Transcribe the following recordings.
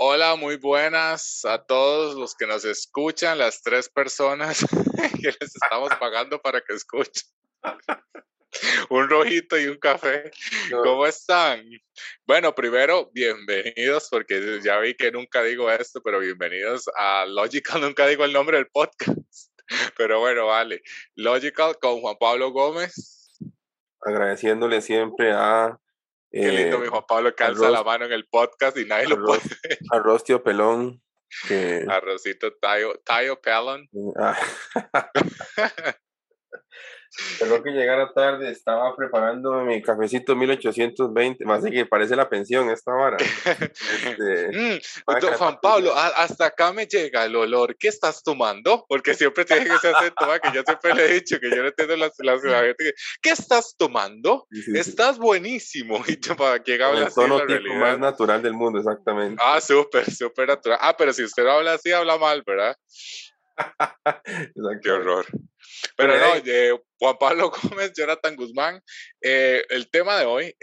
Hola, muy buenas a todos los que nos escuchan, las tres personas que les estamos pagando para que escuchen. Un rojito y un café. ¿Cómo están? Bueno, primero, bienvenidos, porque ya vi que nunca digo esto, pero bienvenidos a Logical, nunca digo el nombre del podcast. Pero bueno, vale. Logical con Juan Pablo Gómez. Agradeciéndole siempre a Qué lindo mi Juan Pablo que alza la mano en el podcast y nadie lo puede ver. a Rostio Pelón, que Arrocito Tayo Pelón. perdón que llegara tarde, estaba preparando mi cafecito 1820, más de que parece la pensión esta hora. Juan Pablo, hasta acá me llega el olor. ¿Qué estás tomando? Porque siempre tiene ese acento, que yo siempre le he dicho que yo no entiendo la gente. ¿Qué estás tomando? Sí. Estás buenísimo. Y yo, para que habla el así en tono la tipo realidad. más natural del mundo, exactamente. Súper natural. Pero si usted no habla así, habla mal, ¿verdad? Qué horror. Pero no, Juan Pablo Gómez, Jonathan Guzmán, el tema de hoy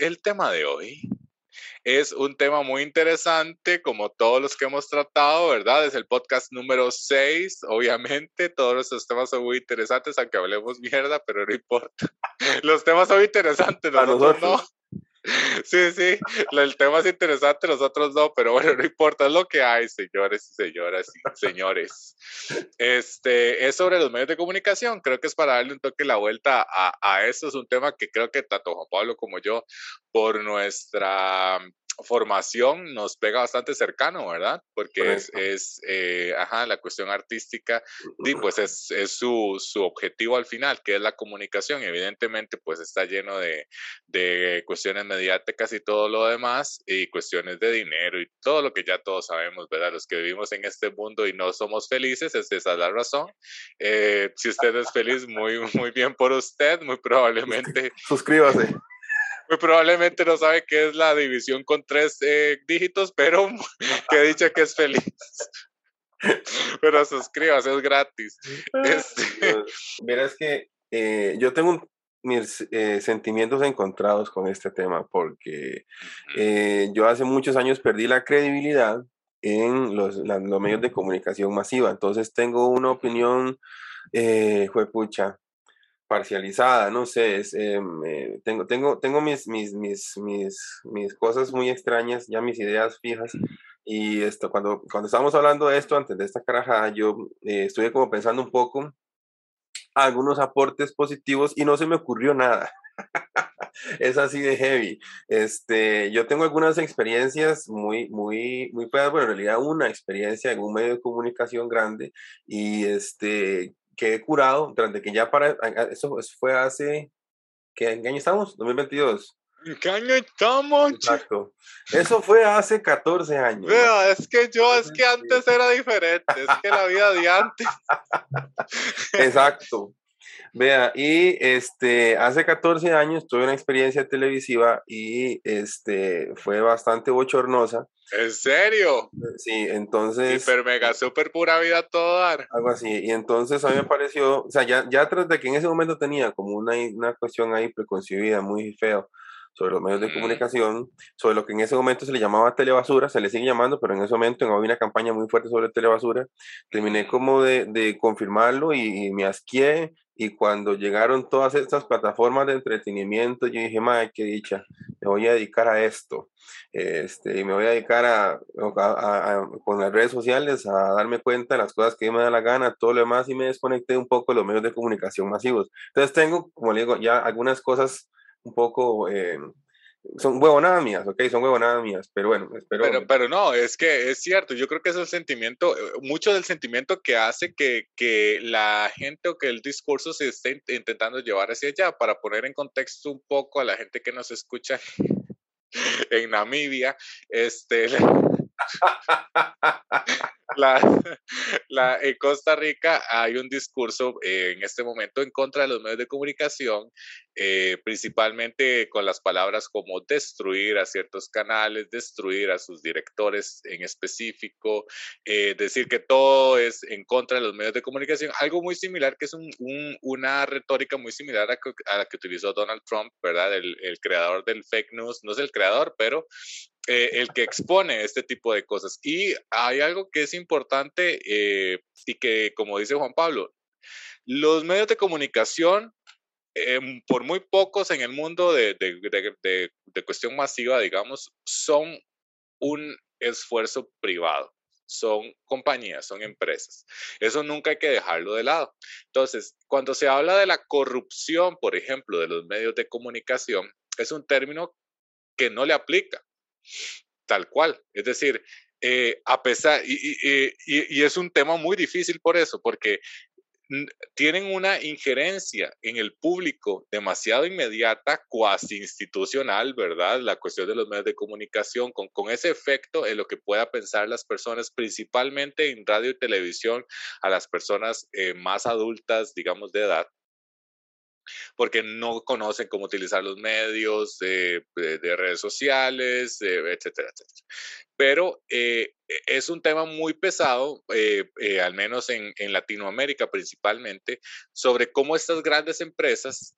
es un tema muy interesante, como todos los que hemos tratado, ¿verdad? Es el podcast número 6, obviamente, todos estos temas son muy interesantes, aunque hablemos mierda, pero no importa. Los temas son interesantes, nosotros no. Sí, el tema es interesante, nosotros no, pero bueno, no importa, es lo que hay, señores y señoras y señores. Es sobre los medios de comunicación, creo que es para darle un toque la vuelta a eso, es un tema que creo que tanto Juan Pablo como yo, por nuestra formación nos pega bastante cercano, ¿verdad? Porque es la cuestión artística, pues es su objetivo al final, que es la comunicación. Evidentemente, pues está lleno de cuestiones mediáticas y todo lo demás, y cuestiones de dinero y todo lo que ya todos sabemos, ¿verdad? Los que vivimos en este mundo y no somos felices, esa es la razón. Si usted es feliz, muy bien por usted, muy probablemente... Suscríbase. Muy probablemente no sabe qué es la división con 3 dígitos, pero que dicha que es feliz. Pero suscríbase, es gratis. Verás que yo tengo mis sentimientos encontrados con este tema porque yo hace muchos años perdí la credibilidad en los medios de comunicación masiva. Entonces tengo una opinión, juepucha, parcializada, no sé, tengo mis cosas muy extrañas, ya mis ideas fijas, y cuando estábamos hablando de esto, antes de esta carajada, yo estuve como pensando un poco algunos aportes positivos y no se me ocurrió nada. Es así de heavy. Yo tengo algunas experiencias muy feas, bueno, en realidad una experiencia en un medio de comunicación grande y que he curado durante que ya eso fue hace, ¿en qué año estamos? 2022. ¿En qué año estamos? Exacto. Eso fue hace 14 años. Vea, es que antes era diferente, es que la vida de antes. Exacto. Vea, y hace 14 años tuve una experiencia televisiva y fue bastante bochornosa. ¿En serio? Sí, entonces... Hiper mega super pura vida a todo dar. Algo así, y entonces a mí me pareció, o sea, ya tras de que en ese momento tenía como una cuestión ahí preconcebida muy feo sobre los medios de comunicación, sobre lo que en ese momento se le llamaba telebasura, se le sigue llamando, pero en ese momento había una campaña muy fuerte sobre telebasura, terminé como de confirmarlo y me asqué, y cuando llegaron todas estas plataformas de entretenimiento, yo dije, madre, qué dicha, me voy a dedicar a esto, y me voy a dedicar con las redes sociales a darme cuenta de las cosas que me da la gana, todo lo demás, y me desconecté un poco de los medios de comunicación masivos. Entonces tengo, como le digo, ya algunas cosas un poco, son huevonadas mías, ¿ok? Son huevonadas mías, pero bueno, espero. Pero no, es que es cierto, yo creo que es el sentimiento, mucho del sentimiento que hace que la gente o que el discurso se esté intentando llevar hacia allá, para poner en contexto un poco a la gente que nos escucha en Namibia, en Costa Rica hay un discurso en este momento en contra de los medios de comunicación, principalmente con las palabras como destruir a ciertos canales, destruir a sus directores en específico, decir que todo es en contra de los medios de comunicación, algo muy similar, que es una retórica muy similar a la que utilizó Donald Trump, ¿verdad? El creador del fake news, no es el creador, pero el que expone este tipo de cosas. Y hay algo que es importante y que, como dice Juan Pablo, los medios de comunicación, por muy pocos en el mundo de cuestión masiva, digamos, son un esfuerzo privado. Son compañías, son empresas. Eso nunca hay que dejarlo de lado. Entonces, cuando se habla de la corrupción, por ejemplo, de los medios de comunicación, es un término que no le aplica tal cual. Es decir, a pesar, y es un tema muy difícil por eso, porque tienen una injerencia en el público demasiado inmediata, cuasi institucional, ¿verdad? La cuestión de los medios de comunicación, con ese efecto en lo que pueda pensar las personas, principalmente en radio y televisión, a las personas más adultas, digamos, de edad, porque no conocen cómo utilizar los medios de redes sociales, etcétera, etcétera. Pero es un tema muy pesado, al menos en Latinoamérica principalmente, sobre cómo estas grandes empresas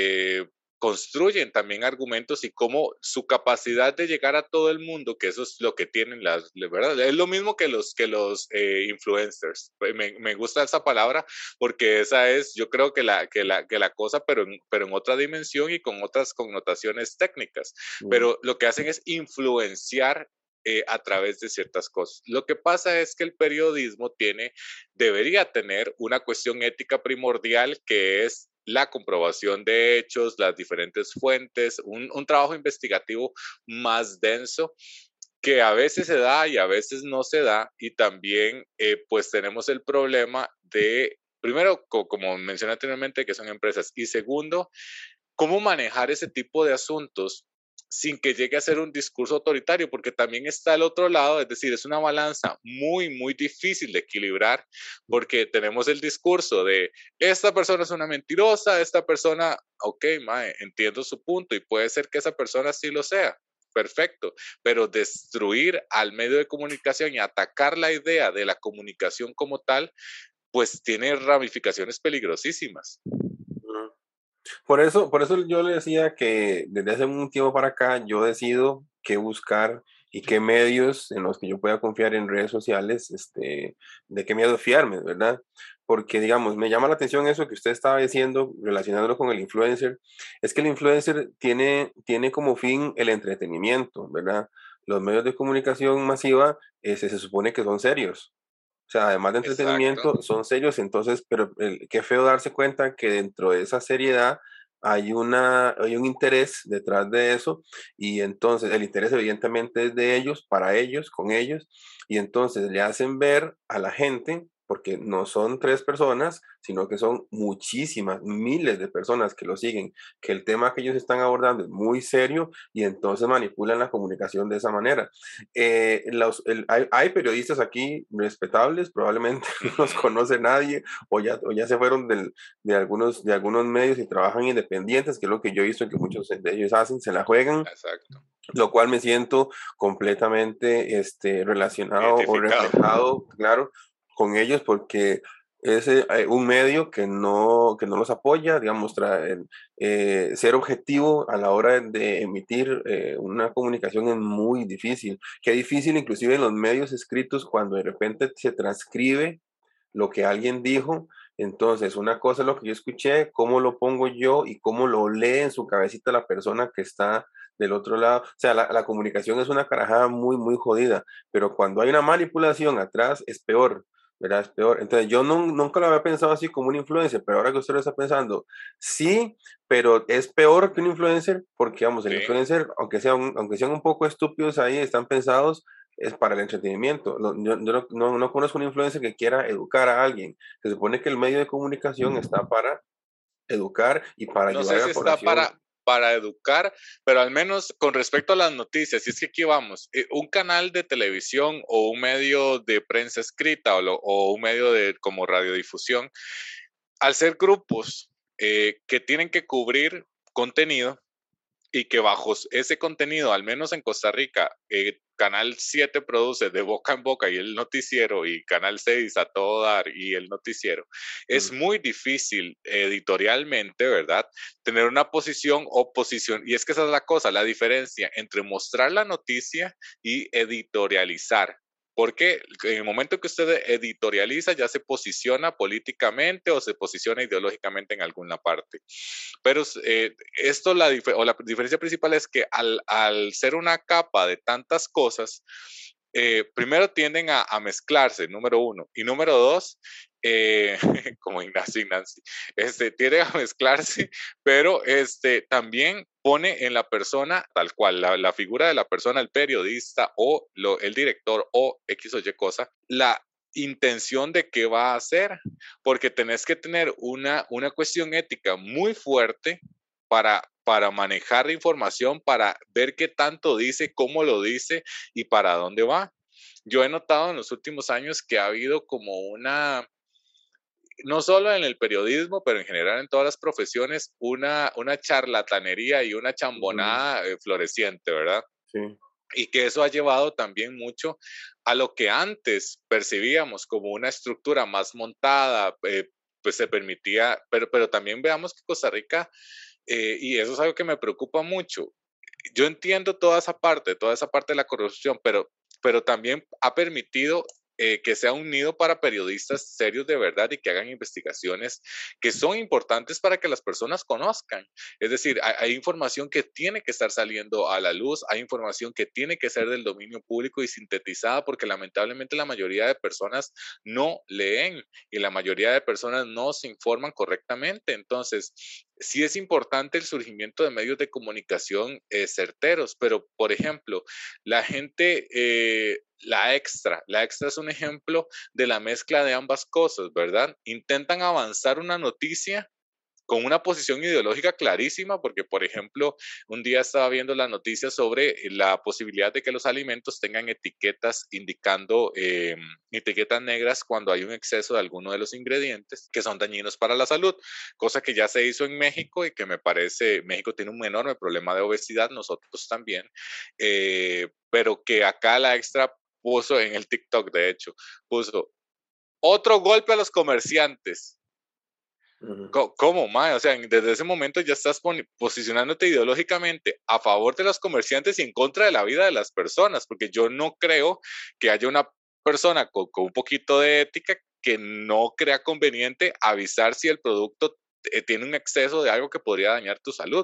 construyen también argumentos y cómo su capacidad de llegar a todo el mundo, que eso es lo que tienen las, ¿verdad? Es lo mismo que los influencers. Me gusta esa palabra porque esa es, yo creo que la cosa, pero en otra dimensión y con otras connotaciones técnicas. Pero lo que hacen es influenciar a través de ciertas cosas. Lo que pasa es que el periodismo debería tener una cuestión ética primordial que es la comprobación de hechos, las diferentes fuentes, un trabajo investigativo más denso que a veces se da y a veces no se da, y también pues tenemos el problema de, primero, como mencioné anteriormente, que son empresas, y segundo, cómo manejar ese tipo de asuntos sin que llegue a ser un discurso autoritario, porque también está el otro lado, es decir, es una balanza muy, muy difícil de equilibrar, porque tenemos el discurso de esta persona es una mentirosa, esta persona, ok, mae, entiendo su punto y puede ser que esa persona sí lo sea, perfecto, pero destruir al medio de comunicación y atacar la idea de la comunicación como tal, pues tiene ramificaciones peligrosísimas. Por eso yo le decía que desde hace un tiempo para acá yo decido qué buscar y qué medios en los que yo pueda confiar en redes sociales, de qué medios fiarme, ¿verdad? Porque, digamos, me llama la atención eso que usted estaba diciendo, relacionándolo con el influencer, es que el influencer tiene como fin el entretenimiento, ¿verdad? Los medios de comunicación masiva se supone que son serios. O sea, además de Exacto. entretenimiento, son serios, entonces, pero qué feo darse cuenta que dentro de esa seriedad hay un interés detrás de eso, y entonces el interés evidentemente es de ellos, para ellos, con ellos, y entonces le hacen ver a la gente, porque no son tres personas, sino que son muchísimas, miles de personas que lo siguen, que el tema que ellos están abordando es muy serio, y entonces manipulan la comunicación de esa manera. Hay periodistas aquí respetables, probablemente no los conoce nadie, o ya se fueron de algunos medios y trabajan independientes, que es lo que yo he visto que muchos de ellos hacen, se la juegan, Exacto. lo cual me siento completamente relacionado o Identificado. reflejado, claro, con ellos, porque es un medio que no los apoya, digamos, ser objetivo a la hora de emitir una comunicación es muy difícil. Qué difícil inclusive en los medios escritos cuando de repente se transcribe lo que alguien dijo. Entonces, una cosa es lo que yo escuché, cómo lo pongo yo y cómo lo lee en su cabecita la persona que está del otro lado. O sea, la comunicación es una carajada muy, muy jodida, pero cuando hay una manipulación atrás es peor, ¿verdad? Es peor. Entonces, yo nunca lo había pensado así como un influencer, pero ahora que usted lo está pensando, sí, pero es peor que un influencer porque, vamos, el Sí. influencer, aunque sean un poco estúpidos ahí, están pensados es para el entretenimiento. Yo no conozco un influencer que quiera educar a alguien. Se supone que el medio de comunicación está para educar y para No ayudar sé a si la está población. para educar, pero al menos con respecto a las noticias, si es que aquí vamos, un canal de televisión o un medio de prensa escrita o un medio de como radiodifusión, al ser grupos que tienen que cubrir contenido y que bajo ese contenido, al menos en Costa Rica, Canal 7 produce de boca en boca y el noticiero, y Canal 6 a todo dar y el noticiero, es muy difícil editorialmente, ¿verdad? Tener una posición o posición, y es que esa es la cosa, la diferencia entre mostrar la noticia y editorializar. Porque en el momento que usted editorializa ya se posiciona políticamente o se posiciona ideológicamente en alguna parte. Pero esto, la diferencia principal es que al ser una capa de tantas cosas, primero tienden a mezclarse, número uno. Y número dos, como Ignacio y Nancy, tienden a mezclarse, pero también pone en la persona, tal cual, la figura de la persona, el periodista o el director o X o Y cosa, la intención de qué va a hacer, porque tenés que tener una cuestión ética muy fuerte para manejar la información, para ver qué tanto dice, cómo lo dice y para dónde va. Yo he notado en los últimos años que ha habido como no solo en el periodismo, pero en general en todas las profesiones, una charlatanería y una chambonada floreciente, ¿verdad? Sí. Y que eso ha llevado también mucho a lo que antes percibíamos como una estructura más montada, pues se permitía, pero también veamos que Costa Rica, y eso es algo que me preocupa mucho. Yo entiendo toda esa parte de la corrupción, pero también ha permitido que sea un nido para periodistas serios de verdad y que hagan investigaciones que son importantes para que las personas conozcan. Es decir, hay información que tiene que estar saliendo a la luz, hay información que tiene que ser del dominio público y sintetizada porque lamentablemente la mayoría de personas no leen y la mayoría de personas no se informan correctamente. Entonces, sí es importante el surgimiento de medios de comunicación certeros, pero por ejemplo, la gente, la extra es un ejemplo de la mezcla de ambas cosas, ¿verdad? Intentan avanzar una noticia con una posición ideológica clarísima, porque, por ejemplo, un día estaba viendo la noticia sobre la posibilidad de que los alimentos tengan etiquetas indicando, etiquetas negras cuando hay un exceso de alguno de los ingredientes que son dañinos para la salud, cosa que ya se hizo en México y que me parece, México tiene un enorme problema de obesidad, nosotros también, pero que acá la extra puso en el TikTok, de hecho, puso otro golpe a los comerciantes. ¿Cómo, mae? O sea, desde ese momento ya estás posicionándote ideológicamente a favor de los comerciantes y en contra de la vida de las personas, porque yo no creo que haya una persona con un poquito de ética que no crea conveniente avisar si el producto tiene un exceso de algo que podría dañar tu salud.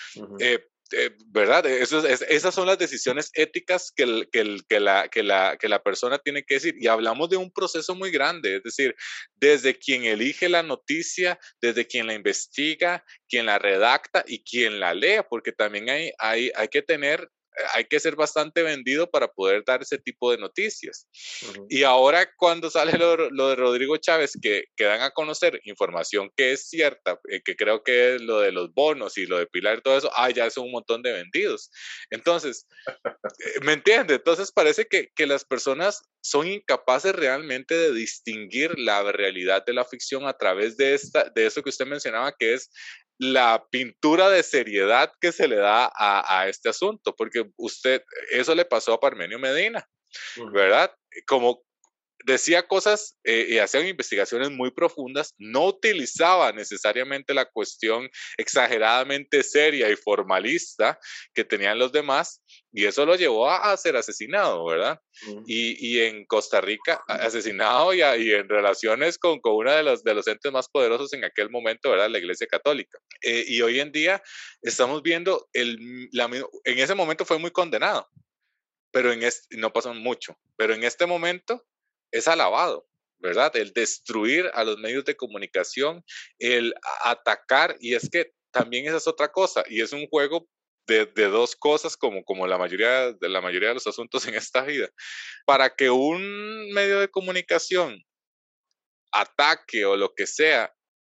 ¿Verdad? Esas son las decisiones éticas que la persona tiene que decir. Y hablamos de un proceso muy grande, es decir, desde quien elige la noticia, desde quien la investiga, quien la redacta y quien la lee, porque también hay que ser bastante vendido para poder dar ese tipo de noticias. Y ahora cuando sale lo de Rodrigo Chávez, que dan a conocer información que es cierta, que creo que es lo de los bonos y lo de Pilar y todo eso, ya son un montón de vendidos. Entonces, ¿me entiende? Entonces parece que las personas son incapaces realmente de distinguir la realidad de la ficción a través de eso que usted mencionaba, que es la pintura de seriedad que se le da a este asunto, porque eso le pasó a Parmenio Medina, ¿verdad? Como decía cosas y hacía investigaciones muy profundas, no utilizaba necesariamente la cuestión exageradamente seria y formalista que tenían los demás, y eso lo llevó a ser asesinado, ¿verdad? Y en Costa Rica, asesinado y en relaciones con uno de los entes más poderosos en aquel momento, ¿verdad? La Iglesia Católica. Y hoy en día estamos viendo, en ese momento fue muy condenado, pero no pasó mucho, pero en este momento es alabado, ¿verdad? El destruir a los medios de comunicación, el atacar, y es que también esa es otra cosa, y es un juego de dos cosas como la mayoría de los asuntos en esta vida. Para que un medio de comunicación ataque o lo que sea,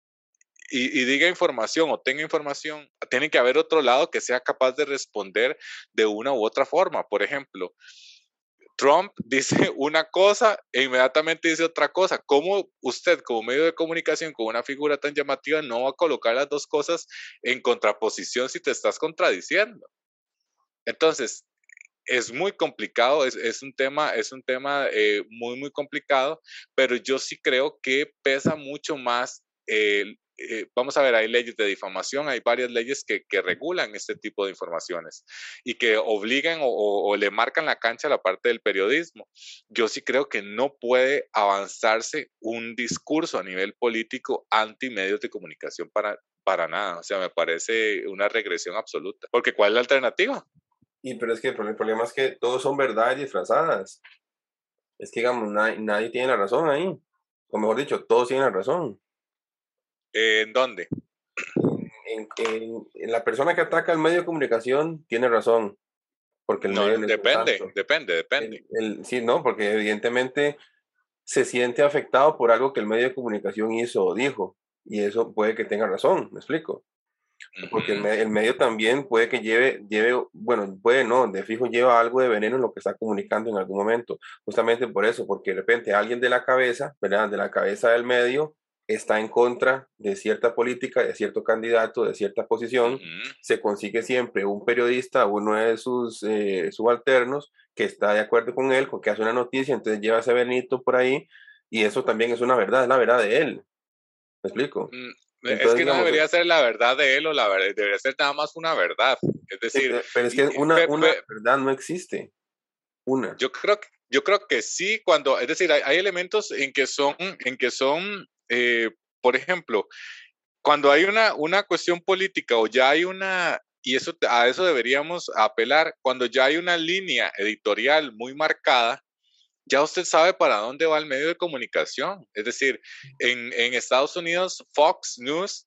y diga información o tenga información, tiene que haber otro lado que sea capaz de responder de una u otra forma. Por ejemplo, Trump dice una cosa e inmediatamente dice otra cosa. ¿Cómo usted, como medio de comunicación, con una figura tan llamativa, no va a colocar las dos cosas en contraposición si te estás contradiciendo? Entonces, es muy complicado, es un tema muy, muy complicado, pero yo sí creo que pesa mucho más. Vamos a ver, hay leyes de difamación, hay varias leyes que regulan este tipo de informaciones y que obligan o le marcan la cancha a la parte del periodismo. Yo sí creo que no puede avanzarse un discurso a nivel político anti medios de comunicación para nada. O sea, me parece una regresión absoluta. Porque ¿cuál es la alternativa? Pero es que el problema es que todos son verdades disfrazadas. Es que, digamos, nadie tiene la razón ahí. O mejor dicho, todos tienen la razón. ¿En dónde? La persona que ataca al medio de comunicación tiene razón, porque el No, medio no es un santo. depende. Sí, no, porque evidentemente se siente afectado por algo que el medio de comunicación hizo o dijo, y eso puede que tenga razón, ¿me explico? Porque Ujú, el medio también puede que bueno, puede no, de fijo lleva algo de veneno en lo que está comunicando en algún momento. Justamente por eso, porque de repente alguien de la cabeza, ¿verdad? De la cabeza del medio está en contra de cierta política, de cierto candidato, de cierta posición, ujú. se consigue siempre un periodista, uno de sus subalternos, que está de acuerdo con él, que hace una noticia, entonces lleva ese venito por ahí, y eso también es una verdad, es la verdad de él. ¿Me explico? Es Entonces, que no digamos, debería ser la verdad de él o la verdad, debería ser nada más una verdad. Es decir, pero es que una verdad no existe. Una. yo creo que sí, cuando, es decir, hay elementos en que son, por ejemplo, cuando hay una cuestión política o ya hay una, y eso, a eso deberíamos apelar, cuando ya hay una línea editorial muy marcada, ya usted sabe para dónde va el medio de comunicación. Es decir, en Estados Unidos, Fox News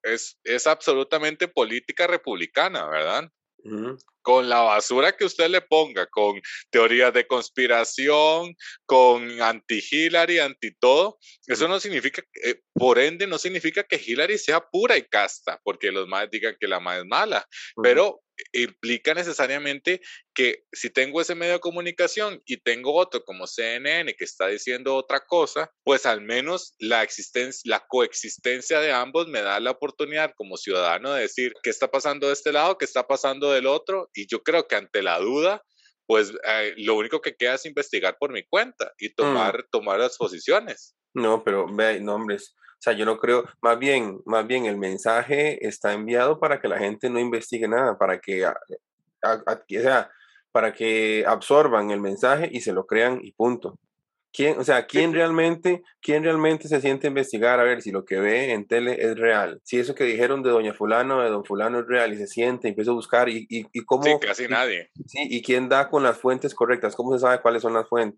es absolutamente política republicana, ¿verdad? Ujú. Con la basura que usted le ponga, con teorías de conspiración, con anti-Hillary, anti-todo, eso no significa, por ende, no significa que Hillary sea pura y casta, porque los más digan que la más es mala, Ujú. pero implica necesariamente que si tengo ese medio de comunicación y tengo otro como CNN que está diciendo otra cosa, pues al menos la coexistencia de ambos me da la oportunidad como ciudadano de decir qué está pasando de este lado, qué está pasando del otro, y yo creo que ante la duda, pues lo único que queda es investigar por mi cuenta y Mm, tomar las posiciones. No, pero ve, nombres. O sea, yo no creo, más bien el mensaje está enviado para que la gente no investigue nada, para que, o sea, para que absorban el mensaje y se lo crean y punto. ¿Quién, o sea, Sí, quién realmente se siente a investigar a ver si lo que ve en tele es real? Si eso que dijeron de doña fulano o de don fulano es real y se siente, empieza a buscar y sí, cómo, casi y, nadie. sí, y quién da con las fuentes correctas, cómo se sabe cuáles son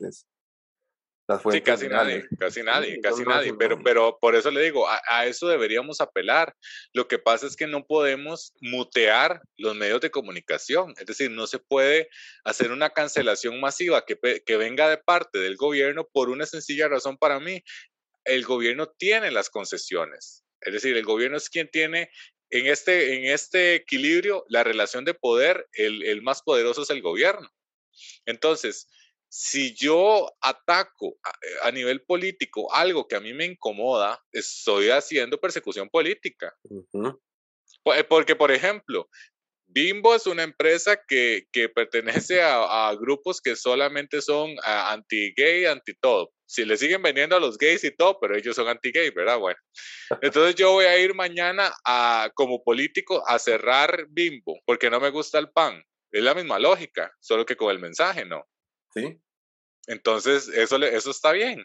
las Sí, fuentes casi reales. nadie, casi Sí, nadie, no casi lo hace nadie. nadie. Pero por eso le digo, a eso deberíamos apelar. Lo que pasa es que no podemos mutear los medios de comunicación. Es decir, no se puede hacer una cancelación masiva que venga de parte del gobierno por una sencilla razón para mí. El gobierno tiene las concesiones. Es decir, el gobierno es quien tiene en este equilibrio la relación de poder, el más poderoso es el gobierno. Entonces, si yo ataco a nivel político algo que a mí me incomoda, estoy haciendo persecución política. Ujú. Porque, por ejemplo, Bimbo es una empresa que pertenece a grupos que solamente son anti-gay, anti-todo. Si le siguen vendiendo a los gays y todo, pero ellos son anti-gay, ¿verdad? Bueno, entonces yo voy a ir mañana como político a cerrar Bimbo porque no me gusta el pan. Es la misma lógica, solo que con el mensaje, ¿no? Sí. Entonces, eso está bien.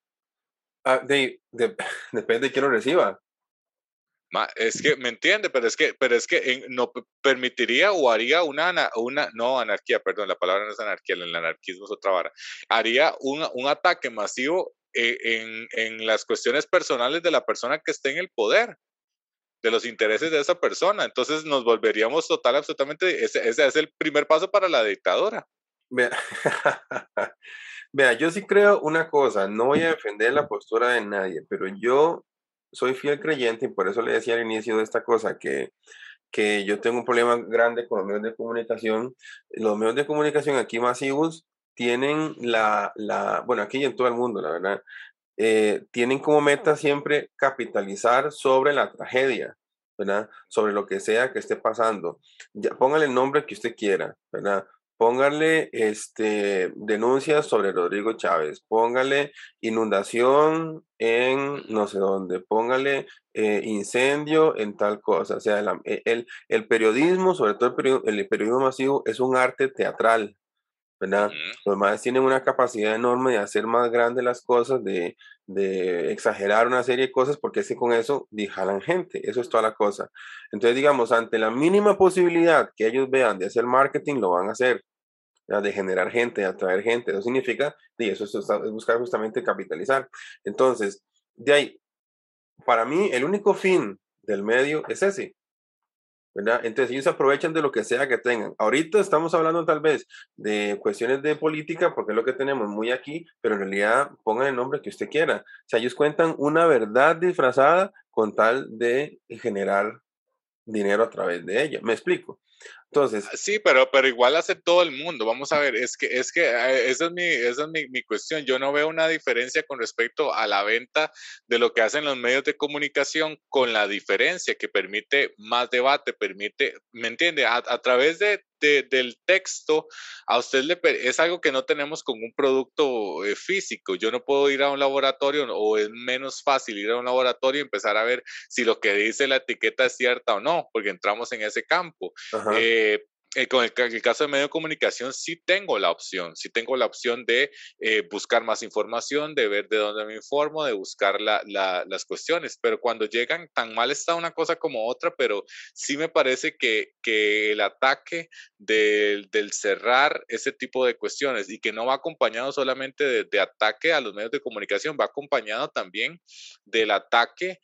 Depende de quién lo reciba. Es que, ¿me entiende? Pero es que no permitiría o haría no anarquía, perdón, la palabra no es anarquía, el anarquismo es otra vara. Haría un ataque masivo en las cuestiones personales de la persona que esté en el poder, de los intereses de esa persona. Entonces nos volveríamos absolutamente, ese es el primer paso para la dictadura. Vea, vea, yo sí creo una cosa, no voy a defender la postura de nadie, pero yo soy fiel creyente y por eso le decía al inicio de esta cosa que yo tengo un problema grande con los medios de comunicación. Los medios de comunicación aquí masivos tienen bueno, aquí y en todo el mundo, la verdad, tienen como meta siempre capitalizar sobre la tragedia, ¿verdad? Sobre lo que sea que esté pasando. Ya, póngale el nombre que usted quiera, ¿verdad? póngale denuncias sobre Rodrigo Chávez, póngale inundación en no sé dónde, póngale incendio en tal cosa. O sea, el periodismo, sobre todo el periodismo masivo, es un arte teatral, ¿verdad? Ujú. Los demás tienen una capacidad enorme de hacer más grandes las cosas, de exagerar una serie de cosas, porque es que con eso jalan gente, eso es toda la cosa. Entonces, digamos, ante la mínima posibilidad que ellos vean de hacer marketing, lo van a hacer, ¿verdad? De generar gente, de atraer gente. Eso significa, y eso es buscar justamente capitalizar. Entonces, de ahí, para mí, el único fin del medio es ese, ¿verdad? Entonces ellos aprovechan de lo que sea que tengan. Ahorita estamos hablando tal vez de cuestiones de política, porque es lo que tenemos muy aquí, pero en realidad pongan el nombre que usted quiera. O sea, ellos cuentan una verdad disfrazada con tal de generar dinero a través de ella. ¿Me explico? Entonces, Sí, pero igual hace todo el mundo. Vamos a ver, esa es mi cuestión. Yo no veo una diferencia con respecto a la venta de lo que hacen los medios de comunicación, con la diferencia que permite más debate, ¿me entiende? A través del texto, a usted es algo que no tenemos con un producto físico. Yo no puedo ir a un laboratorio, o es menos fácil ir a un laboratorio y empezar a ver si lo que dice la etiqueta es cierta o no, porque entramos en ese campo. ajá. Eh, con el caso de medio de comunicación sí tengo la opción de buscar más información, de ver de dónde me informo, de buscar las cuestiones, pero cuando llegan, tan mal está una cosa como otra, pero sí me parece que el ataque del cerrar ese tipo de cuestiones, y que no va acompañado solamente de ataque a los medios de comunicación, va acompañado también del ataque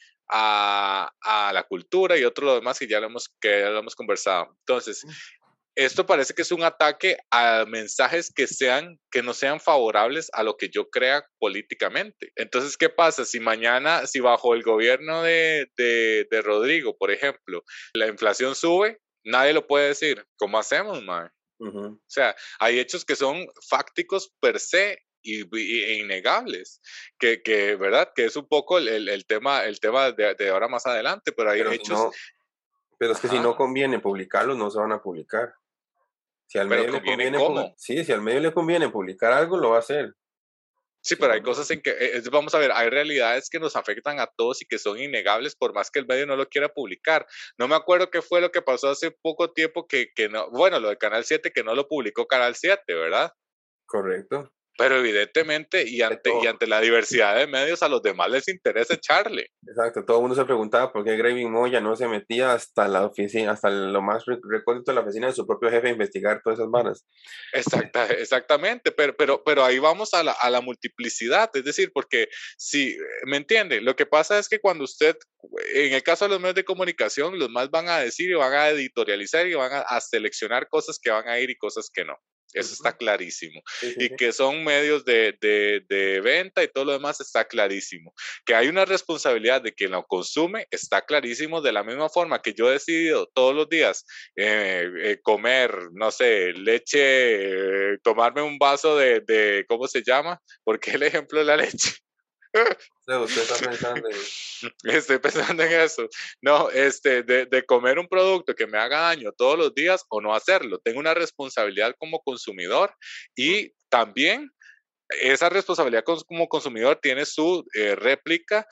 a la cultura y otro lo demás que ya lo hemos conversado. Entonces, esto parece que es un ataque a mensajes que no sean favorables a lo que yo crea políticamente. Entonces, ¿qué pasa? Si mañana, si bajo el gobierno de Rodrigo, por ejemplo, la inflación sube, nadie lo puede decir. ¿Cómo hacemos, man? Ujú. O sea, hay hechos que son fácticos per se e innegables, ¿verdad? Que es un poco el tema de ahora más adelante, pero hay Pero si hechos, no, pero es que si ajá, no conviene publicarlos, no se van a publicar. Si al pero medio le conviene conviene, cómo. sí, si al medio le conviene publicar algo, lo va a hacer. Sí, Si pero no, hay no. cosas en que, vamos a ver, hay realidades que nos afectan a todos y que son innegables por más que el medio no lo quiera publicar. No me acuerdo qué fue lo que pasó hace poco tiempo que no, bueno, lo de Canal 7 que no lo publicó Canal 7, ¿verdad? Correcto. Pero evidentemente De y todo. ante la diversidad de medios a los demás les interesa echarle. Exacto, todo el mundo se preguntaba por qué Graving Moya no se metía hasta la oficina, hasta lo más recóndito de la oficina de su propio jefe a investigar todas esas varas. Exactamente, pero ahí vamos a la multiplicidad, es decir, porque si, ¿me entiende? Lo que pasa es que cuando usted, en el caso de los medios de comunicación, los más van a decir y van a editorializar y van a seleccionar cosas que van a ir y cosas que no. Eso está Ujú. clarísimo. Sí, sí, Y sí. que son medios de venta y todo lo demás está clarísimo. Que hay una responsabilidad de quien lo consume está clarísimo, de la misma forma que yo he decidido todos los días comer, no sé, leche, tomarme un vaso ¿cómo se llama? ¿Por qué el ejemplo de la leche? O sea, usted está pensando en... Estoy pensando en eso. No, de comer un producto que me haga daño todos los días o no hacerlo. Tengo una responsabilidad como consumidor, y también esa responsabilidad como consumidor tiene su réplica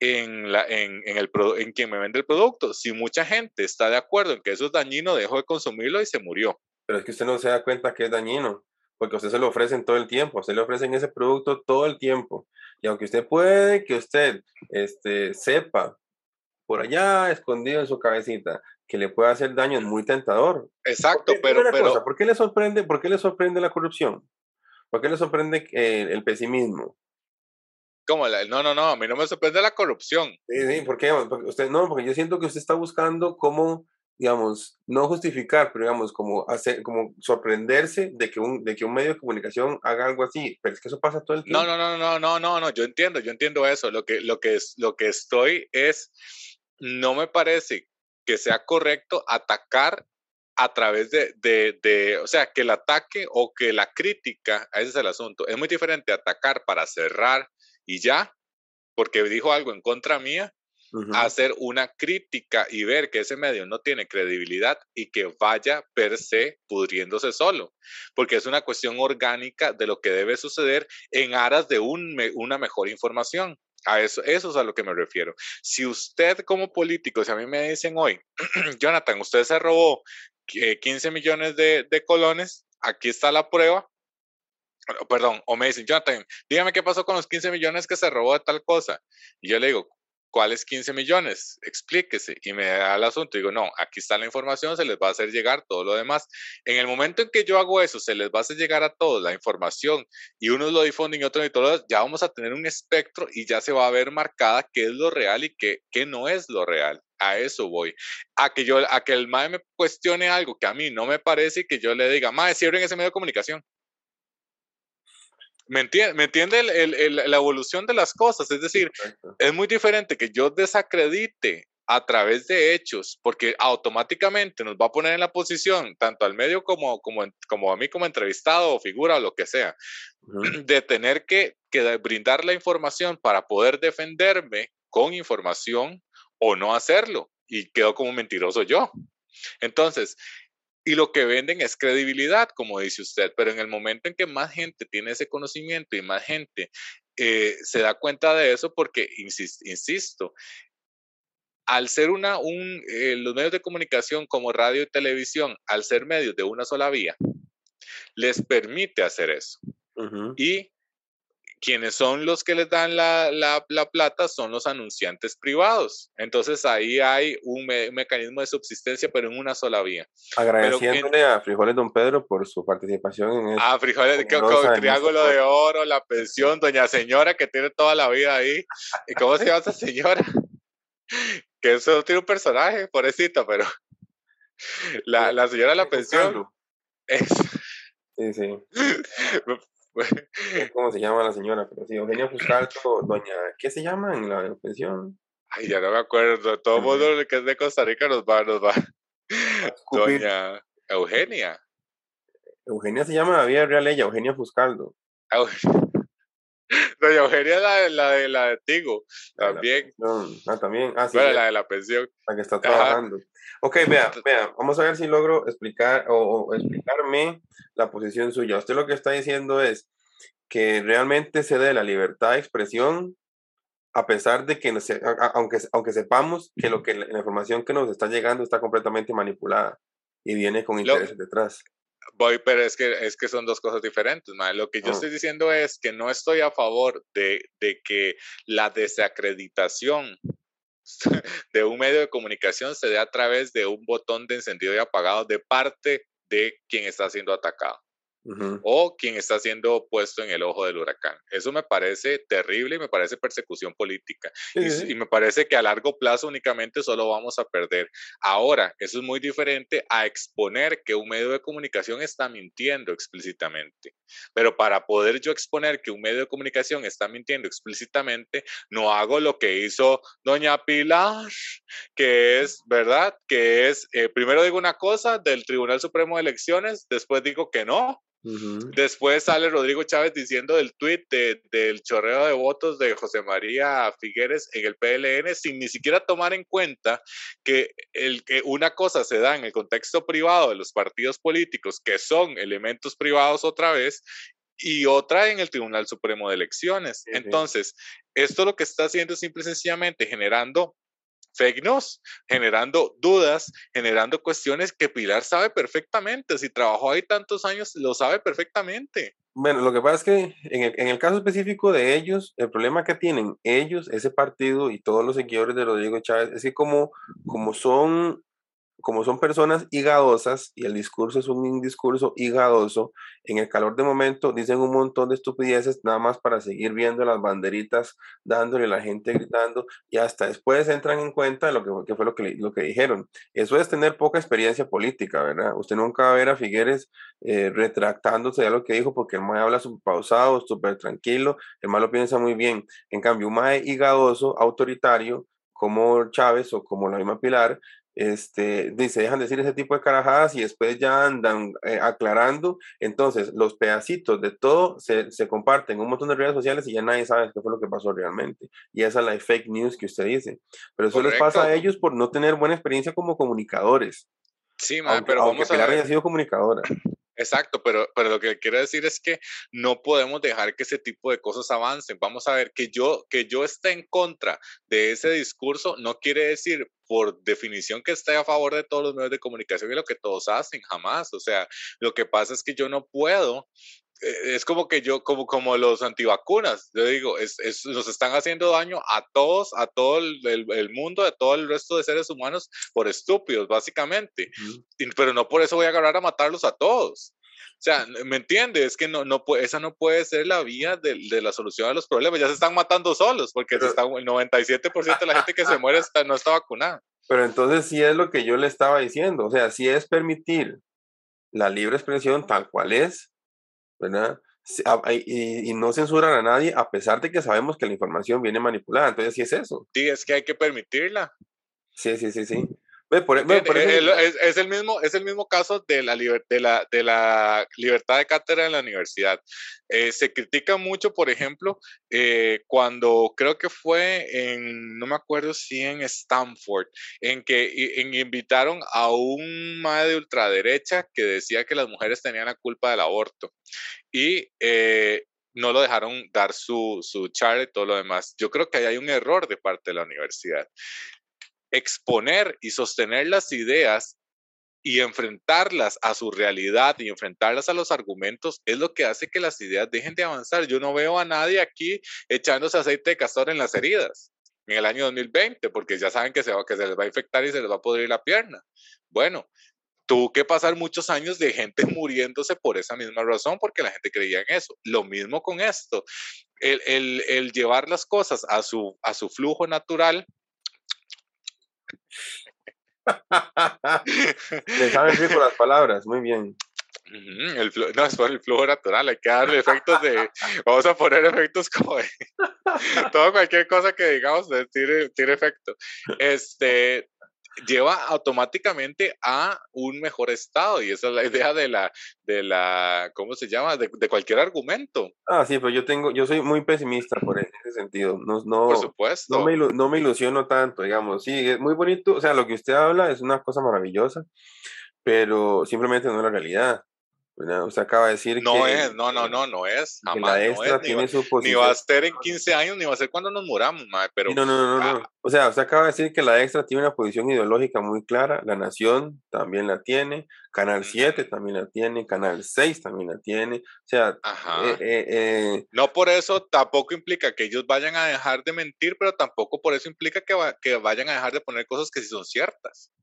en quien me vende el producto. Si mucha gente está de acuerdo en que eso es dañino, dejo de consumirlo y se murió. Pero es que usted no se da cuenta que es dañino, porque a usted se lo ofrecen todo el tiempo, a usted le ofrecen ese producto todo el tiempo. Y aunque usted puede que usted sepa por allá, escondido en su cabecita, que le puede hacer daño, es muy tentador. ¿Por Exacto, qué? Dime una cosa, pero, por qué le sorprende la corrupción? ¿Por qué le sorprende el pesimismo? ¿cómo? No, no, no, a mí no me sorprende la corrupción. Sí, sí, ¿por qué? Porque usted, no, porque yo siento que usted está buscando cómo, digamos, no justificar, pero digamos, como hacer, como sorprenderse de que un medio de comunicación haga algo así, pero es que eso pasa todo el No, tiempo. no, no, no, no, no, no, yo entiendo eso. Lo que estoy es, no me parece que sea correcto atacar a través o sea, que el ataque o que la crítica, ese es el asunto. Es muy diferente atacar para cerrar y ya, porque dijo algo en contra mía, hacer una crítica y ver que ese medio no tiene credibilidad y que vaya per se pudriéndose solo, porque es una cuestión orgánica de lo que debe suceder en aras de una mejor información. Eso es a lo que me refiero. Si usted como político, si a mí me dicen hoy, Jonathan, usted se robó 15 millones de colones, aquí está la prueba, perdón, o me dicen, Jonathan, dígame qué pasó con los 15 millones que se robó de tal cosa. Y yo le digo, ¿cuáles 15 millones? Explíquese. Y me da el asunto. Digo, no, aquí está la información, se les va a hacer llegar todo lo demás. En el momento en que yo hago eso, se les va a hacer llegar a todos la información y unos lo difunden y otros y todos, ya vamos a tener un espectro y ya se va a ver marcada qué es lo real y qué no es lo real. A eso voy. A que el MAE me cuestione algo que a mí no me parece y que yo le diga, MAE, cierren ese medio de comunicación. ¿Me entiende la evolución de las cosas? Es decir, es muy diferente que yo desacredite a través de hechos, porque automáticamente nos va a poner en la posición, tanto al medio como a mí como entrevistado o figura o lo que sea, de tener que brindar la información para poder defenderme con información o no hacerlo. Y quedo como mentiroso yo. Entonces, y lo que venden es credibilidad, como dice usted, pero en el momento en que más gente tiene ese conocimiento y más gente se da cuenta de eso, porque, insisto, al ser los medios de comunicación como radio y televisión, al ser medios de una sola vía, les permite hacer eso. Y quienes son los que les dan la plata son los anunciantes privados. Entonces ahí hay un mecanismo de subsistencia, pero en una sola vía. Agradeciéndole a Frijoles Don Pedro por su participación en esto. Frijoles, con el triángulo de oro, la pensión, doña señora que tiene toda la vida ahí. ¿Y cómo se llama esa señora? Que eso tiene un personaje, pobrecito, pero la señora de la pensión es... Sí. ¿Cómo se llama la señora? Pero sí, Eugenia Fuscaldo, doña, ¿qué se llama en la pensión? Ay, ya no me acuerdo. Todo el mundo que es de Costa Rica nos va. Doña Eugenia. Eugenia se llama la vida real ella, Eugenia Fuscaldo. Doña Eugenia es la de Tigo, también. También. Sí. Bueno, la de la pensión. La que está trabajando. Ok, vea, vamos a ver si logro explicar o explicarme la posición suya. Usted lo que está diciendo es que realmente se dé la libertad de expresión a pesar de que, aunque sepamos que la información que nos está llegando está completamente manipulada y viene con intereses detrás. Pero es que son dos cosas diferentes, man. Lo que yo estoy diciendo es que no estoy a favor de que la desacreditación de un medio de comunicación se dé a través de un botón de encendido y apagado de parte de quien está siendo atacado. O quien está siendo puesto en el ojo del huracán. Eso me parece terrible y me parece persecución política. Y me parece que a largo plazo únicamente solo vamos a perder. Ahora, eso es muy diferente a exponer que un medio de comunicación está mintiendo explícitamente. Pero para poder yo exponer que un medio de comunicación está mintiendo explícitamente, no hago lo que hizo doña Pilar, que es, ¿verdad? Que es, primero digo una cosa del Tribunal Supremo de Elecciones, después digo que no. Después sale Rodrigo Chávez diciendo del tuit del chorreo de votos de José María Figueres en el PLN sin ni siquiera tomar en cuenta que una cosa se da en el contexto privado de los partidos políticos, que son elementos privados otra vez, y otra en el Tribunal Supremo de Elecciones. Entonces, esto lo que está haciendo es simple y sencillamente generando fake news, generando dudas, generando cuestiones que Pilar sabe perfectamente. Si trabajó ahí tantos años, lo sabe perfectamente. Bueno, lo que pasa es que en el caso específico de ellos, el problema que tienen ellos, ese partido y todos los seguidores de Rodrigo Chávez, es que como son personas higadosas y el discurso es un discurso higadoso, en el calor de momento dicen un montón de estupideces nada más para seguir viendo las banderitas, dándole a la gente gritando y hasta después entran en cuenta lo que fue lo que dijeron. Eso es tener poca experiencia política, ¿verdad? Usted nunca va a ver a Figueres retractándose de lo que dijo porque el mae habla súper pausado, súper tranquilo, el mae lo piensa muy bien. En cambio, un mae higadoso, autoritario, como Chávez o como la misma Pilar, se dejan decir ese tipo de carajadas y después ya andan aclarando. Entonces, los pedacitos de todo se comparten en un montón de redes sociales y ya nadie sabe qué fue lo que pasó realmente. Y esa es la fake news que usted dice. Pero eso les pasa Correcto. a ellos por no tener buena experiencia como comunicadores, Sí, mae, aunque, pero aunque vamos a Pilar ver. haya sido comunicadora. Exacto, pero lo que quiero decir es que no podemos dejar que ese tipo de cosas avancen. Vamos a ver, que yo esté en contra de ese discurso no quiere decir por definición que esté a favor de todos los medios de comunicación y lo que todos hacen, jamás. O sea, lo que pasa es que yo no puedo es como que yo, como los antivacunas, yo digo, nos están haciendo daño a todos, a todo el mundo, a todo el resto de seres humanos por estúpidos, básicamente. Pero no por eso voy a agarrar a matarlos a todos. O sea, ¿me entiendes? Es que esa no puede ser la vía de la solución a los problemas. Ya se están matando solos, porque Pero, el 97% de la gente que se muere no está vacunada. pero entonces sí es lo que yo le estaba diciendo, o sea, sí es permitir la libre expresión tal cual es, ¿verdad? Y no censuran a nadie a pesar de que sabemos que la información viene manipulada. Entonces, sí es eso. Sí, es que hay que permitirla. Sí, sí, sí, sí. Ve, por, ¿Me ve, entiendes? por eso, Es el mismo caso de la libertad de cátedra en la universidad. Se critica mucho, por ejemplo, cuando creo que fue no me acuerdo si en Stanford, en que invitaron a un mae de ultraderecha que decía que las mujeres tenían la culpa del aborto y no lo dejaron dar su charla y todo lo demás. Yo creo que ahí hay un error de parte de la universidad. Exponer y sostener las ideas y enfrentarlas a su realidad y enfrentarlas a los argumentos es lo que hace que las ideas dejen de avanzar. Yo no veo a nadie aquí echándose aceite de castor en las heridas en el año 2020 porque ya saben que se les va a infectar y se les va a podrir la pierna. Bueno, tuvo que pasar muchos años de gente muriéndose por esa misma razón porque la gente creía en eso. Lo mismo con esto. El llevar las cosas a su flujo natural. le saben rico las palabras, muy bien. No, es por el flujo natural, hay que darle efectos vamos a poner efectos como todo cualquier cosa que digamos tiene efecto. Lleva automáticamente a un mejor estado y esa es la idea de la ¿cómo se llama? De cualquier argumento. Sí, pero yo soy muy pesimista por ese sentido. No, Por no, supuesto. no me ilusiono tanto, digamos. Sí, es muy bonito, o sea, lo que usted habla es una cosa maravillosa, pero simplemente no es la realidad, ¿verdad? Usted acaba de decir No es, no es, que jamás, la no es, extra tiene su ni va posición. a ser en 15 años, ni va a ser cuando nos muramos, mae, Sí, pero no, no, no, no, ah, no. O sea, usted acaba de decir que la extra tiene una posición ideológica muy clara, La Nación también la tiene, Canal 7 también la tiene, Canal 6 también la tiene. O sea, ajá. No por eso tampoco implica que ellos vayan a dejar de mentir, pero tampoco por eso implica que vayan a dejar de poner cosas que sí son ciertas.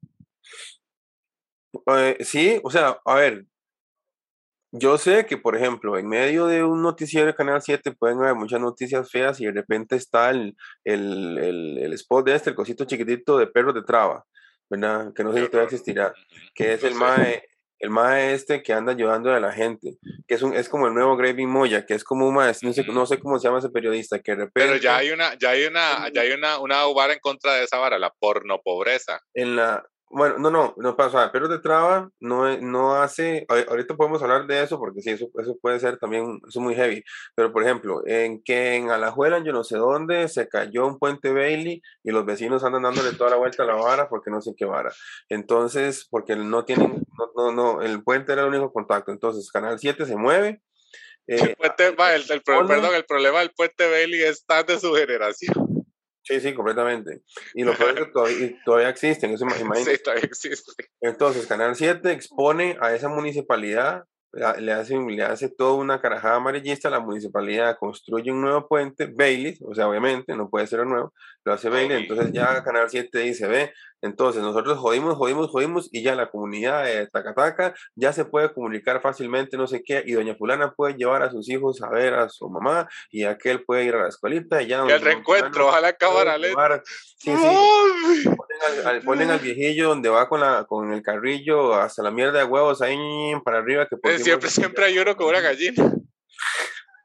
sí, o sea, a ver, yo sé que, por ejemplo, en medio de un noticiero de Canal 7 pueden haber muchas noticias feas y de repente está el spot de el cosito chiquitito de perros de traba, ¿verdad? Que no sé Qué si todavía horror. existirá, que es No sé. el mae que anda ayudando a la gente, que es como el nuevo Gravy Moya, que es como un mae, no sé cómo se llama ese periodista, que de Pero ya repente hay una vara en contra de esa vara, la porno pobreza. en la, bueno, no pasa, pero de traba no hace, ahorita podemos hablar de eso porque sí, eso puede ser también, eso es muy heavy, pero por ejemplo, en Alajuela, yo no sé dónde, se cayó un puente Bailey y los vecinos andan dándole toda la vuelta a la vara porque no sé qué vara. Entonces, porque no tienen, el puente era el único contacto, entonces Canal 7 se mueve, El puente, pone. perdón, el problema del puente Bailey es tan de su generación. Sí, sí, completamente. Y lo peor es que todavía existen, eso Sí, imagínense. todavía existe. Entonces, Canal 7 expone a esa municipalidad, le hace toda una carajada amarillista, la municipalidad construye un nuevo puente, Bailey, o sea, obviamente, no puede ser el nuevo, lo hace Bailey, Obvio. entonces ya Canal 7 dice, ve, entonces nosotros jodimos, y ya la comunidad de Tacataca ya se puede comunicar fácilmente, no sé qué, y doña fulana puede llevar a sus hijos a ver a su mamá, y aquel puede ir a la escuelita, y ya Y el don fulano reencuentro, ojalá puede cámara lenta. llevar, sí, sí, ponen al viejillo donde va con el carrillo hasta la mierda de huevos ahí para arriba, que por fin va a Siempre, ser siempre hay uno con una gallina.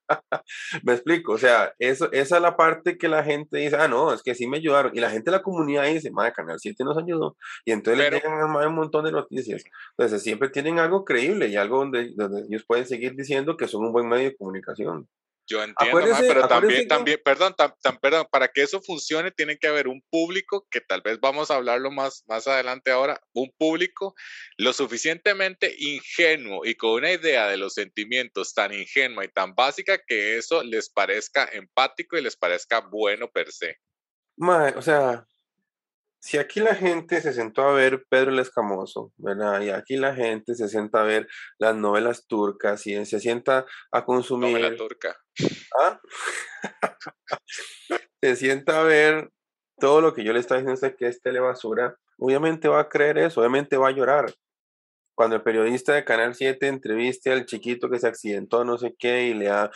Me explico, o sea, esa es la parte que la gente dice, ah, no, es que sí me ayudaron. Y la gente de la comunidad dice, madre, Canal 7 nos ayudó. Y entonces les Pero llegan al mae un montón de noticias. Entonces siempre tienen algo creíble y algo donde ellos pueden seguir diciendo que son un buen medio de comunicación. yo entiendo, mae, Acuérdense, pero acuérdense que, también, perdón, perdón, para que eso funcione tiene que haber un público, que tal vez vamos a hablarlo más adelante ahora, un público lo suficientemente ingenuo y con una idea de los sentimientos tan ingenua y tan básica que eso les parezca empático y les parezca bueno per se. mae, o sea, si aquí la gente se sentó a ver Pedro el Escamoso, ¿verdad? Y aquí la gente se sienta a ver las novelas turcas y se sienta a Novela consumir, turca. ¿ah? Se sienta a ver todo lo que yo le estoy diciendo a usted que es telebasura, obviamente va a creer eso, obviamente va a llorar. Cuando el periodista de Canal 7 entreviste al chiquito que se accidentó, no sé qué, y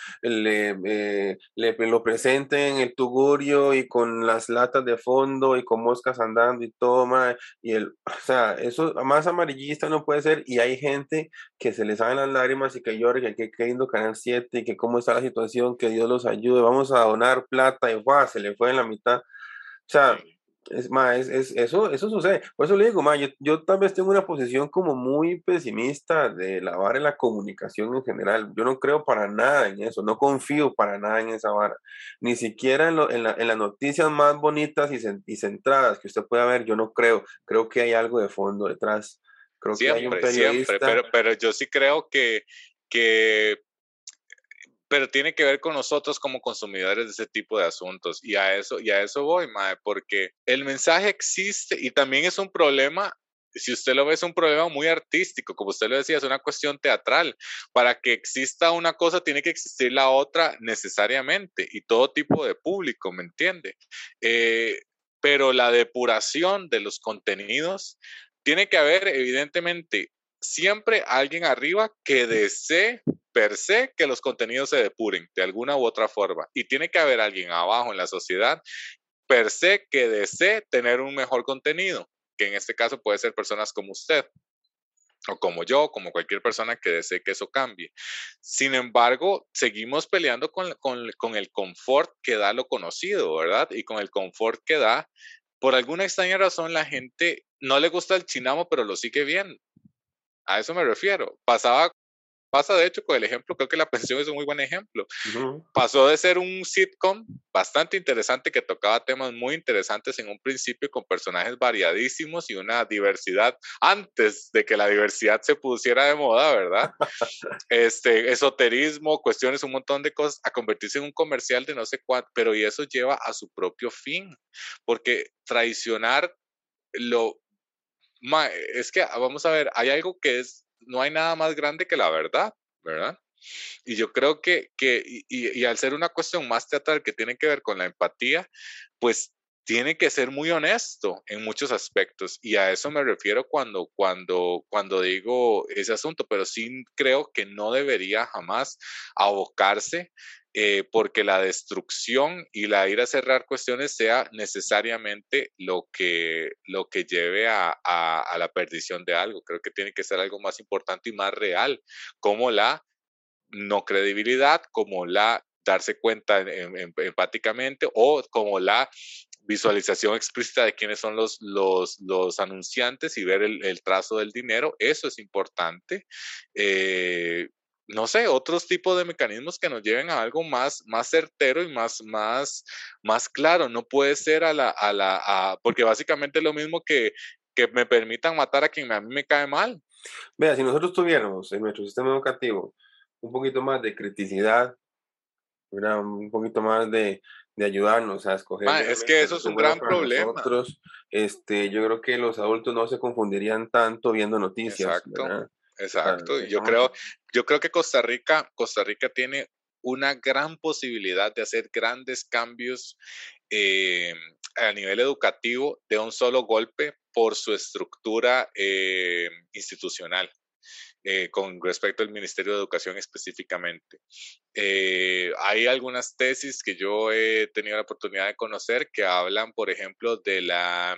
lo presente en el tugurio y con las latas de fondo y con moscas andando y todo, mae, o sea, eso más amarillista no puede ser, y hay gente que se les salen las lágrimas y que llora, que lindo Canal 7 y que cómo está la situación, que Dios los ayude, vamos a donar plata, y ¡guau! Se le fue en la mitad. O sea, Sí. eso sucede. Por eso le digo, yo tal vez tengo una posición como muy pesimista de la vara en la comunicación en general. Yo no creo para nada en eso, no confío para nada en esa vara. Ni siquiera en las noticias más bonitas y centradas que usted pueda ver, yo no creo. Creo que hay algo de fondo detrás. Creo que hay un Siempre, siempre, periodista. pero yo sí creo que pero tiene que ver con nosotros como consumidores de ese tipo de asuntos y a eso voy, mae, porque el mensaje existe y también es un problema. Si usted lo ve, es un problema muy artístico, como usted lo decía, es una cuestión teatral. Para que exista una cosa, tiene que existir la otra necesariamente y todo tipo de público, ¿me entiende? Eh, pero la depuración de los contenidos, tiene que haber, evidentemente, siempre alguien arriba que desee per se que los contenidos se depuren de alguna u otra forma. Y tiene que haber alguien abajo en la sociedad per se que desee tener un mejor contenido, que en este caso puede ser personas como usted o como yo, como cualquier persona que desee que eso cambie. Sin embargo, seguimos peleando con el confort que da lo conocido, ¿verdad? Y con el confort que da, por alguna extraña razón, la gente no le gusta el chinamo, pero lo sigue viendo. A eso me refiero. Pasa de hecho con el ejemplo, creo que La Pensión es un muy buen ejemplo. Ujú. Pasó de ser un sitcom bastante interesante que tocaba temas muy interesantes en un principio con personajes variadísimos y una diversidad antes de que la diversidad se pusiera de moda, ¿verdad? Esoterismo, cuestiones, un montón de cosas, a convertirse en un comercial de no sé cuánto, pero y eso lleva a su propio fin, porque traicionar lo... Es que, vamos a ver, hay algo que es, no hay nada más grande que la verdad, ¿verdad? Y yo creo y al ser una cuestión más teatral que tiene que ver con la empatía, pues tiene que ser muy honesto en muchos aspectos. Y a eso me refiero cuando digo ese asunto, pero sí creo que no debería jamás abocarse porque la destrucción y la ir a cerrar cuestiones sea necesariamente lo que lleve a la perdición de algo. Creo que tiene que ser algo más importante y más real, como la no credibilidad, como la darse cuenta empáticamente o como la visualización explícita de quiénes son los anunciantes y ver el trazo del dinero, eso es importante. No sé, otros tipos de mecanismos que nos lleven a algo más certero y más claro. No puede ser porque básicamente es lo mismo que me permitan matar a quien a mí me cae mal. Vea, si nosotros tuviéramos en nuestro sistema educativo un poquito más de criticidad, ¿verdad? Un poquito más de ayudarnos a escoger Es que realmente eso lo es que es un bueno gran para problema. nosotros. Yo creo que los adultos no se confundirían tanto viendo noticias, Exacto, ¿verdad? O sea, exacto. seríamos- Yo creo que Costa Rica tiene una gran posibilidad de hacer grandes cambios eh, a nivel educativo de un solo golpe por su estructura institucional. Con respecto al Ministerio de Educación específicamente. Hay algunas tesis que yo he tenido la oportunidad de conocer que hablan, por ejemplo,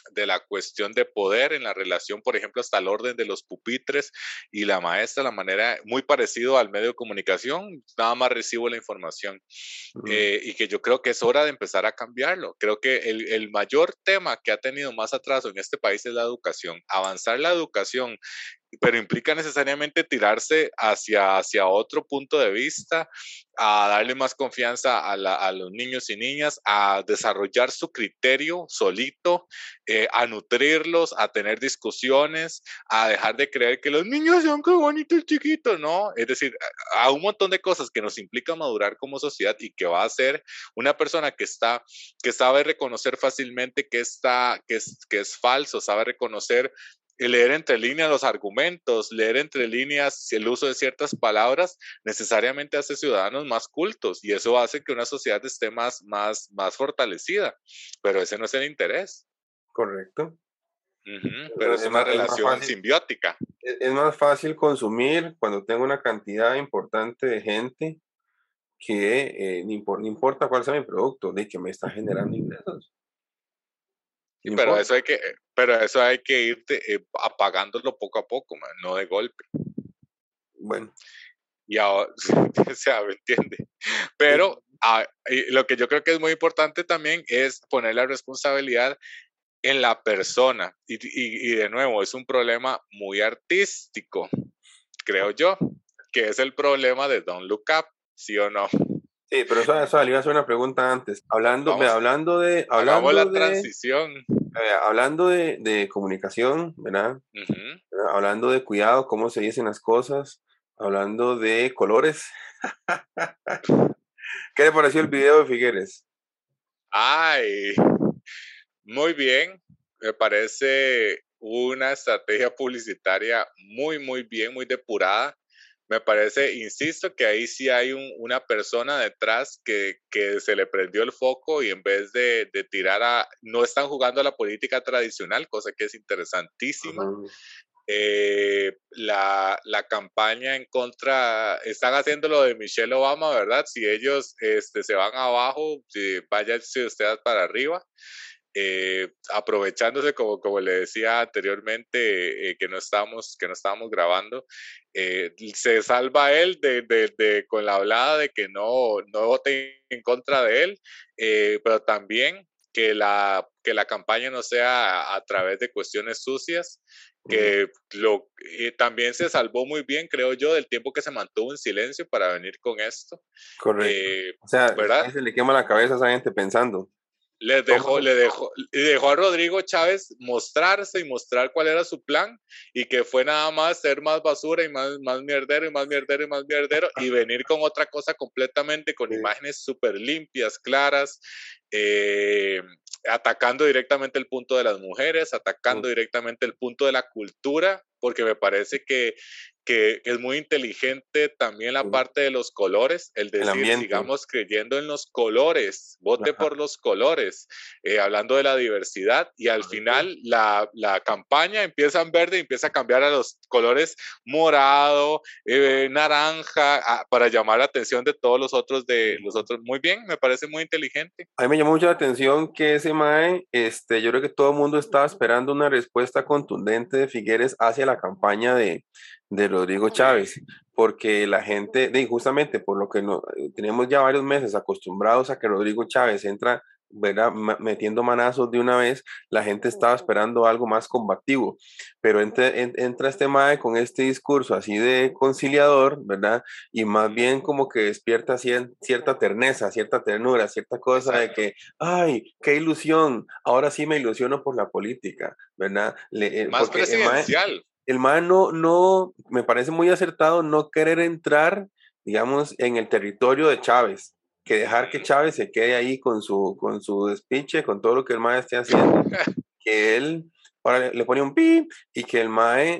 la cuestión de poder en la relación, por ejemplo, hasta el orden de los pupitres y la maestra, la manera muy parecido al medio de comunicación, nada más recibo la información. Y que yo creo que es hora de empezar a cambiarlo. Creo que el mayor tema que ha tenido más atraso en este país es la educación. Avanzar la educación, pero implica necesariamente tirarse hacia otro punto de vista, a darle más confianza a los niños y niñas, a desarrollar su criterio solito, a nutrirlos, a tener discusiones, a dejar de creer que los niños son qué bonitos chiquitos, ¿no? Es decir, a un montón de cosas que nos implica madurar como sociedad y que va a ser una persona que sabe reconocer fácilmente que es falso, sabe reconocer, leer entre líneas los argumentos, leer entre líneas el uso de ciertas palabras, necesariamente hace ciudadanos más cultos y eso hace que una sociedad esté más fortalecida, pero ese no es el interés. Correcto. Pero es una relación simbiótica. Es más fácil consumir cuando tengo una cantidad importante de gente que no importa cuál sea mi producto, de que me está generando ingresos. Sí, pero eso hay que irte apagándolo poco a poco, man, no de golpe. Bueno. Y ahora, o sea, ¿me entiende? Pero lo que yo creo que es muy importante también es poner la responsabilidad en la persona. Y de nuevo, es un problema muy artístico, creo yo, que es el problema de Don't Look Up, ¿sí o no? Sí, pero eso le iba a hacer una pregunta antes. Hablando transición. Hablando de comunicación, ¿verdad? Hablando de cuidado, cómo se dicen las cosas, hablando de colores. ¿Qué le pareció el video de Figueres? Ay, muy bien. Me parece una estrategia publicitaria muy, muy bien, muy depurada. Me parece, insisto, que ahí sí hay una persona detrás que se le prendió el foco y en vez de tirar no están jugando a la política tradicional, cosa que es interesantísima. La campaña en contra, están haciendo lo de Michelle Obama, ¿verdad? Si ellos se van abajo, váyanse ustedes para arriba. Aprovechándose, como le decía anteriormente, que no estábamos grabando, se salva él con la hablada de que no voten en contra de él, pero también que la campaña no sea a través de cuestiones sucias, que también se salvó muy bien, creo yo, del tiempo que se mantuvo en silencio para venir con esto. Correcto. O sea, ¿verdad? se le quema la cabeza a esa gente pensando. Dejó a Rodrigo Chávez mostrarse y mostrar cuál era su plan y que fue nada más ser más basura y más mierdero y más mierdero y más mierdero y venir con otra cosa completamente, con imágenes súper limpias, claras, atacando directamente el punto de las mujeres, atacando directamente el punto de la cultura, porque me parece que es muy inteligente también la parte de los colores, el decir, sigamos creyendo en los colores, vote por los colores, hablando de la diversidad, y al final la campaña empieza en verde y empieza a cambiar a los colores morado, naranja, para llamar la atención de todos los otros, muy bien, me parece muy inteligente. A mí me llamó mucho la atención que ese mae, yo creo que todo el mundo estaba esperando una respuesta contundente de Figueres hacia la campaña de Rodrigo Chávez, porque la gente, justamente por lo que tenemos ya varios meses acostumbrados a que Rodrigo Chávez entra, ¿verdad?, metiendo manazos de una vez, la gente estaba esperando algo más combativo, pero entra este mae con este discurso así de conciliador, ¿verdad?, y más bien como que despierta cierta terneza, cierta ternura, cierta cosa de que, ay, qué ilusión, ahora sí me ilusiono por la política, ¿verdad? Más presidencial. El mae no, me parece muy acertado no querer entrar, digamos, en el territorio de Chávez, que dejar que Chávez se quede ahí con su despiche, con todo lo que el mae esté haciendo, que él ahora le pone un pi y que el mae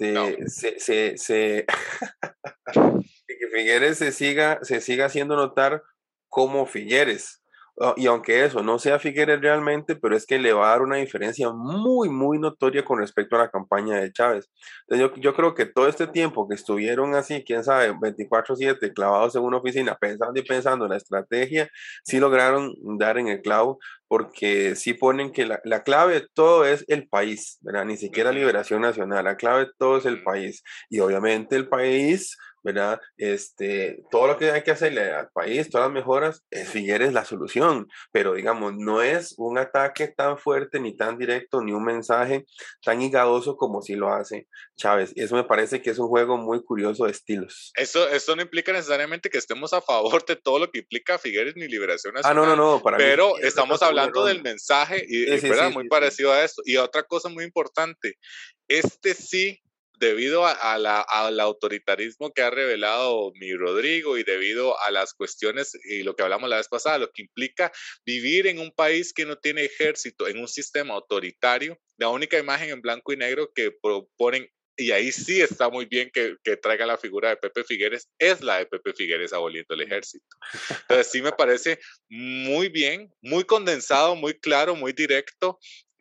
que Figueres se siga haciendo notar como Figueres. Y aunque eso no sea Figueres realmente, pero es que le va a dar una diferencia muy, muy notoria con respecto a la campaña de Chávez. Entonces yo creo que todo este tiempo que estuvieron así, quién sabe, 24/7 clavados en una oficina, pensando y pensando en la estrategia, sí lograron dar en el clavo porque sí ponen que la clave de todo es el país, ¿verdad? Ni siquiera Liberación Nacional, la clave de todo es el país. Y obviamente el país, ¿verdad? Todo lo que hay que hacerle al país, todas las mejoras, Figueres la solución, pero digamos, no es un ataque tan fuerte, ni tan directo, ni un mensaje tan higadoso como si lo hace Chávez. Eso me parece que es un juego muy curioso de estilos. Eso no implica necesariamente que estemos a favor de todo lo que implica Figueres ni Liberación No, Nacional, para mí pero es estamos segunda hablando del ronda. mensaje y Sí, ¿verdad? sí, Muy sí, sí. parecido a esto. Y otra cosa muy importante, sí, debido al autoritarismo que ha revelado mi Rodrigo y debido a las cuestiones y lo que hablamos la vez pasada, lo que implica vivir en un país que no tiene ejército, en un sistema autoritario, la única imagen en blanco y negro que proponen, y ahí sí está muy bien que traiga la figura de Pepe Figueres, es la de Pepe Figueres aboliendo el ejército. Entonces sí me parece muy bien, muy condensado, muy claro, muy directo.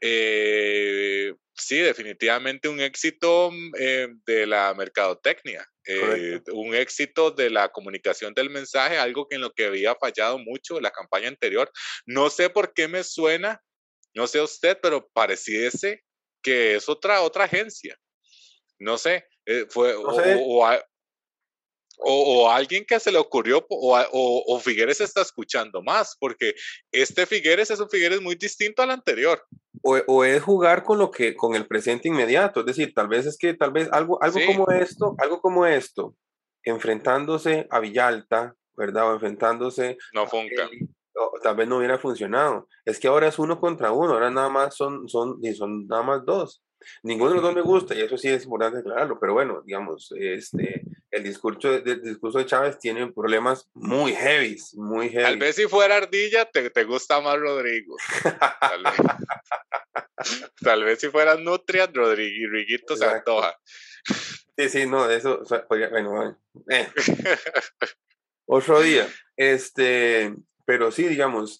Sí, definitivamente un éxito de la mercadotecnia, un éxito de la comunicación del mensaje, algo que en lo que había fallado mucho la campaña anterior. No sé por qué me suena, no sé usted, pero pareciese que es otra agencia. No sé, fue No sé. o alguien que se le ocurrió, o Figueres está escuchando más, porque este Figueres es un Figueres muy distinto al anterior. O es jugar con el presente inmediato, es decir, tal vez Sí, algo como esto, enfrentándose a Villalta, ¿verdad? O enfrentándose no a funca. Kelly, tal vez no hubiera funcionado. Es que ahora es uno contra uno, ahora nada más son nada más dos. Ninguno de los dos me gusta, y eso sí es importante aclararlo, pero bueno, digamos, el discurso de Chávez tiene problemas muy heavy, muy Tal heavy. vez si fuera ardilla, te gusta más Rodrigo. Tal vez, tal vez si fuera nutria, Rodriguito se Exacto. antoja. Sí, sí, no, eso, o sea, bueno, otro día, pero sí, digamos,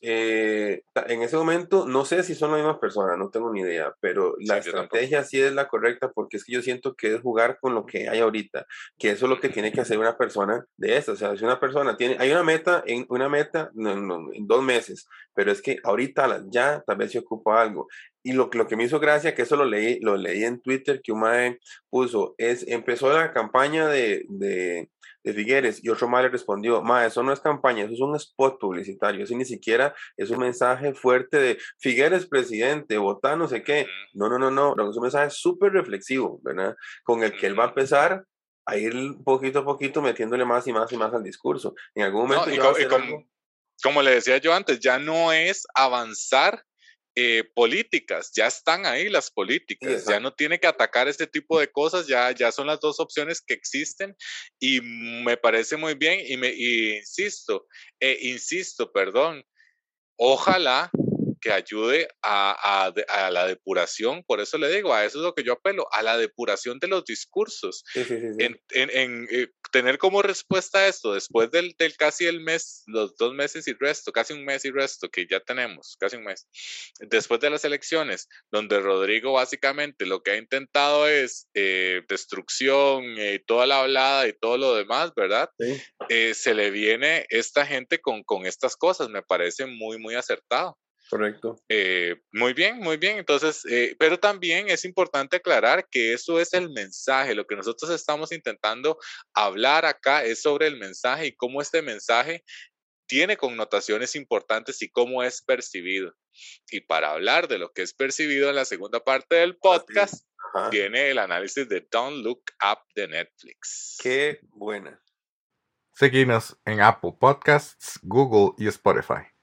en ese momento no sé si son las mismas personas, no tengo ni idea, pero la Sí, yo tampoco. estrategia sí es la correcta porque es que yo siento que es jugar con lo que hay ahorita, que eso es lo que tiene que hacer una persona de esta, o sea, si una persona hay una meta en 2 meses, pero es que ahorita ya tal vez se ocupa algo. Y lo que me hizo gracia, que eso lo leí en Twitter, que un mae puso, empezó la campaña de Figueres y otro más le respondió, eso no es campaña, eso es un spot publicitario, eso ni siquiera es un mensaje fuerte de Figueres presidente, vota no sé qué, no, es un mensaje súper reflexivo, ¿verdad? Con el que él va a empezar a ir poquito a poquito metiéndole más y más y más al discurso. En algún No, momento ya va a hacer algo. como le decía yo antes, ya no es avanzar políticas, ya están ahí las Sí, políticas, ya exacto. no tiene que atacar este tipo de cosas, ya son las dos opciones que existen y me parece muy bien y insisto, perdón, ojalá que ayude a la depuración, por eso le digo, a eso es lo que yo apelo, a la depuración de los discursos, Sí, sí, sí, sí. tener como respuesta a esto, después del casi el mes, los 2 meses y resto, casi un mes y resto que ya tenemos, casi un mes, después de las elecciones, donde Rodrigo básicamente lo que ha intentado es destrucción y toda la hablada y todo lo demás, ¿verdad? Sí, Se le viene esta gente con estas cosas, me parece muy, muy acertado. correcto. Muy bien. Entonces, pero también es importante aclarar que eso es el mensaje. Lo que nosotros estamos intentando hablar acá es sobre el mensaje y cómo este mensaje tiene connotaciones importantes y cómo es percibido. Y para hablar de lo que es percibido en la segunda parte del Así. podcast, Ajá. viene el análisis de Don't Look Up de Netflix. Qué buena. Seguinos en Apple Podcasts, Google y Spotify.